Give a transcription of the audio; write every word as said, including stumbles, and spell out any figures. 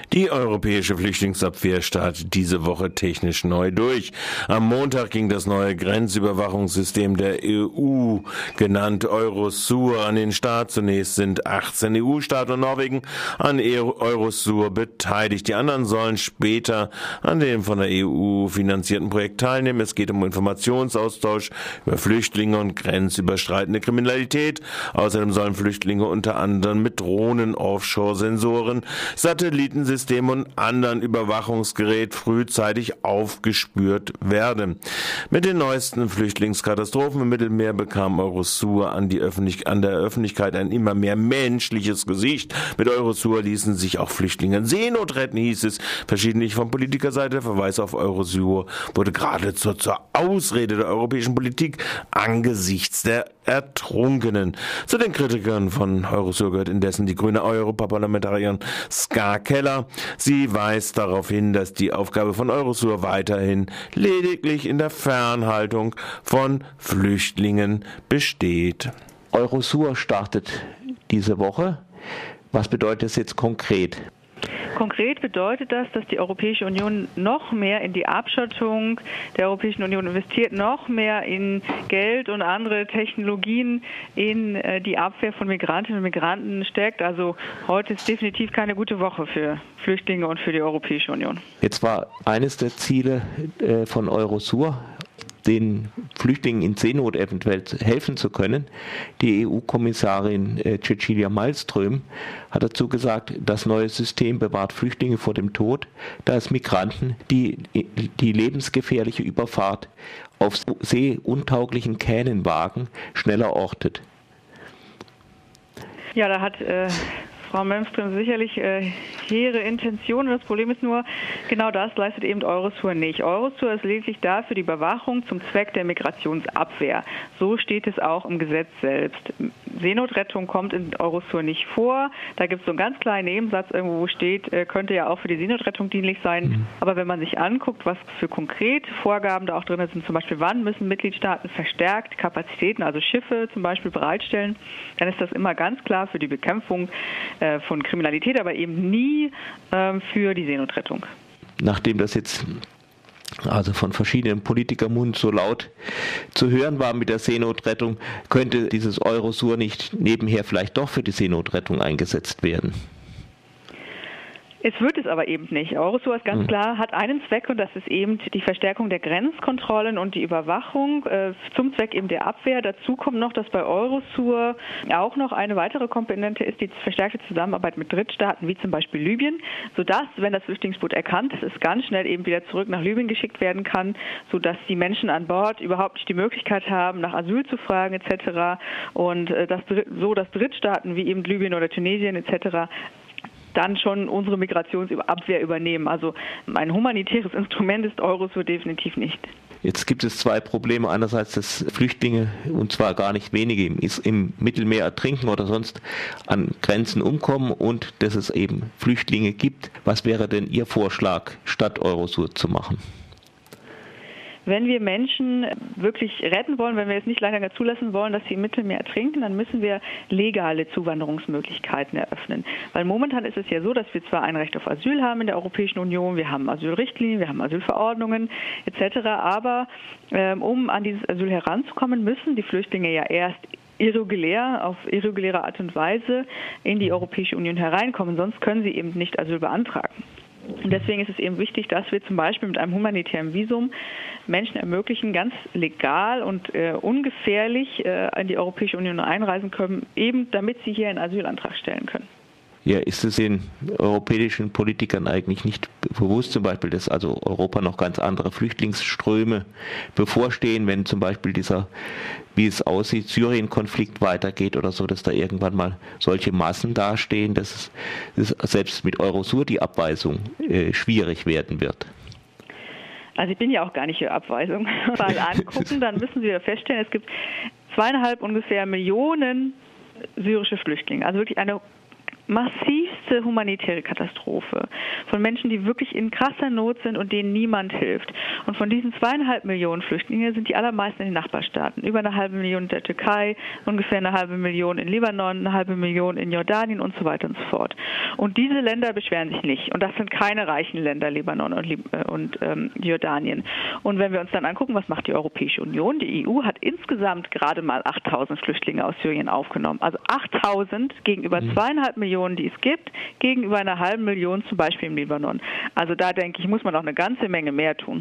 Die europäische Flüchtlingsabwehr startet diese Woche technisch neu durch. Am Montag ging das neue Grenzüberwachungssystem der E U, genannt Eurosur, an den Start. Zunächst sind achtzehn E U-Staaten und Norwegen an Eurosur beteiligt. Die anderen sollen später an dem von der E U finanzierten Projekt teilnehmen. Es geht um Informationsaustausch über Flüchtlinge und grenzüberschreitende Kriminalität. Außerdem sollen Flüchtlinge unter anderem mit Drohnen, Offshore-Sensoren, Satellitensysteme und anderen Überwachungsgerät frühzeitig aufgespürt werden. Mit den neuesten Flüchtlingskatastrophen im Mittelmeer bekam Eurosur an, die Öffentlich- an der Öffentlichkeit ein immer mehr menschliches Gesicht. Mit Eurosur ließen sich auch Flüchtlinge in Seenot retten, hieß es verschiedentlich von Politikerseite. Der Verweis auf Eurosur wurde geradezu zur Ausrede der europäischen Politik angesichts der Ertrunkenen. Zu den Kritikern von Eurosur gehört indessen die grüne Europaparlamentarierin Ska Keller. Sie weist darauf hin, dass die Aufgabe von Eurosur weiterhin lediglich in der Fernhaltung von Flüchtlingen besteht. Eurosur startet diese Woche. Was bedeutet das jetzt konkret? Konkret bedeutet das, dass die Europäische Union noch mehr in die Abschottung der Europäischen Union investiert, noch mehr in Geld und andere Technologien in die Abwehr von Migrantinnen und Migranten steckt. Also heute ist definitiv keine gute Woche für Flüchtlinge und für die Europäische Union. Jetzt war eines der Ziele von Eurosur, den Flüchtlingen in Seenot eventuell helfen zu können. Die E U-Kommissarin äh, Cecilia Malmström hat dazu gesagt, das neue System bewahrt Flüchtlinge vor dem Tod, da es Migranten die, die lebensgefährliche Überfahrt auf seeuntauglichen Känenwagen schneller ortet. Ja, da hat äh Frau Malmström sicherlich äh, hehre Intentionen. Das Problem ist nur, genau das leistet eben Eurosur nicht. Eurosur ist lediglich da für die Überwachung zum Zweck der Migrationsabwehr. So steht es auch im Gesetz selbst. Seenotrettung kommt in Eurosur nicht vor. Da gibt es so einen ganz kleinen Nebensatz irgendwo, wo steht, äh, könnte ja auch für die Seenotrettung dienlich sein. Mhm. Aber wenn man sich anguckt, was für konkrete Vorgaben da auch drin sind, zum Beispiel wann müssen Mitgliedstaaten verstärkt Kapazitäten, also Schiffe zum Beispiel bereitstellen, dann ist das immer ganz klar für die Bekämpfung von Kriminalität, aber eben nie ähm, für die Seenotrettung. Nachdem das jetzt also von verschiedenen Politikermund so laut zu hören war mit der Seenotrettung, könnte dieses Eurosur nicht nebenher vielleicht doch für die Seenotrettung eingesetzt werden? Es wird es aber eben nicht. Eurosur ist ganz klar, hat einen Zweck und das ist eben die Verstärkung der Grenzkontrollen und die Überwachung äh, zum Zweck eben der Abwehr. Dazu kommt noch, dass bei Eurosur auch noch eine weitere Komponente ist, die verstärkte Zusammenarbeit mit Drittstaaten, wie zum Beispiel Libyen, sodass, wenn das Flüchtlingsboot erkannt ist, es ganz schnell eben wieder zurück nach Libyen geschickt werden kann, sodass die Menschen an Bord überhaupt nicht die Möglichkeit haben, nach Asyl zu fragen et cetera. Und äh, das, so, dass Drittstaaten wie eben Libyen oder Tunesien et cetera dann schon unsere Migrationsabwehr übernehmen. Also ein humanitäres Instrument ist Eurosur definitiv nicht. Jetzt gibt es zwei Probleme. Einerseits, dass Flüchtlinge, und zwar gar nicht wenige, im, im Mittelmeer ertrinken oder sonst an Grenzen umkommen und dass es eben Flüchtlinge gibt. Was wäre denn Ihr Vorschlag, statt Eurosur zu machen? Wenn wir Menschen wirklich retten wollen, wenn wir es nicht länger zulassen wollen, dass sie im Mittelmeer ertrinken, dann müssen wir legale Zuwanderungsmöglichkeiten eröffnen. Weil momentan ist es ja so, dass wir zwar ein Recht auf Asyl haben in der Europäischen Union, wir haben Asylrichtlinien, wir haben Asylverordnungen et cetera, aber ähm, um an dieses Asyl heranzukommen, müssen die Flüchtlinge ja erst irregulär, auf irreguläre Art und Weise in die Europäische Union hereinkommen, sonst können sie eben nicht Asyl beantragen. Und deswegen ist es eben wichtig, dass wir zum Beispiel mit einem humanitären Visum Menschen ermöglichen, ganz legal und äh, ungefährlich äh, in die Europäische Union einreisen können, eben damit sie hier einen Asylantrag stellen können. Ja, ist es den europäischen Politikern eigentlich nicht bewusst, zum Beispiel, dass also Europa noch ganz andere Flüchtlingsströme bevorstehen, wenn zum Beispiel dieser, wie es aussieht, Syrien-Konflikt weitergeht oder so, dass da irgendwann mal solche Massen dastehen, dass es dass selbst mit Eurosur die Abweisung äh, schwierig werden wird? Also ich bin ja auch gar nicht für Abweisung. Mal angucken, dann müssen wir feststellen, es gibt zweieinhalb ungefähr Millionen syrische Flüchtlinge, also wirklich eine massivste humanitäre Katastrophe von Menschen, die wirklich in krasser Not sind und denen niemand hilft. Und von diesen zweieinhalb Millionen Flüchtlinge sind die allermeisten in den Nachbarstaaten. Über eine halbe Million in der Türkei, ungefähr eine halbe Million in Libanon, eine halbe Million in Jordanien und so weiter und so fort. Und diese Länder beschweren sich nicht. Und das sind keine reichen Länder, Libanon und, Lib- und ähm, Jordanien. Und wenn wir uns dann angucken, was macht die Europäische Union? Die E U hat insgesamt gerade mal achttausend Flüchtlinge aus Syrien aufgenommen. Also achttausend gegenüber zweieinhalb Millionen, die es gibt, gegenüber einer halben Million zum Beispiel im Libanon. Also da denke ich, muss man noch eine ganze Menge mehr tun.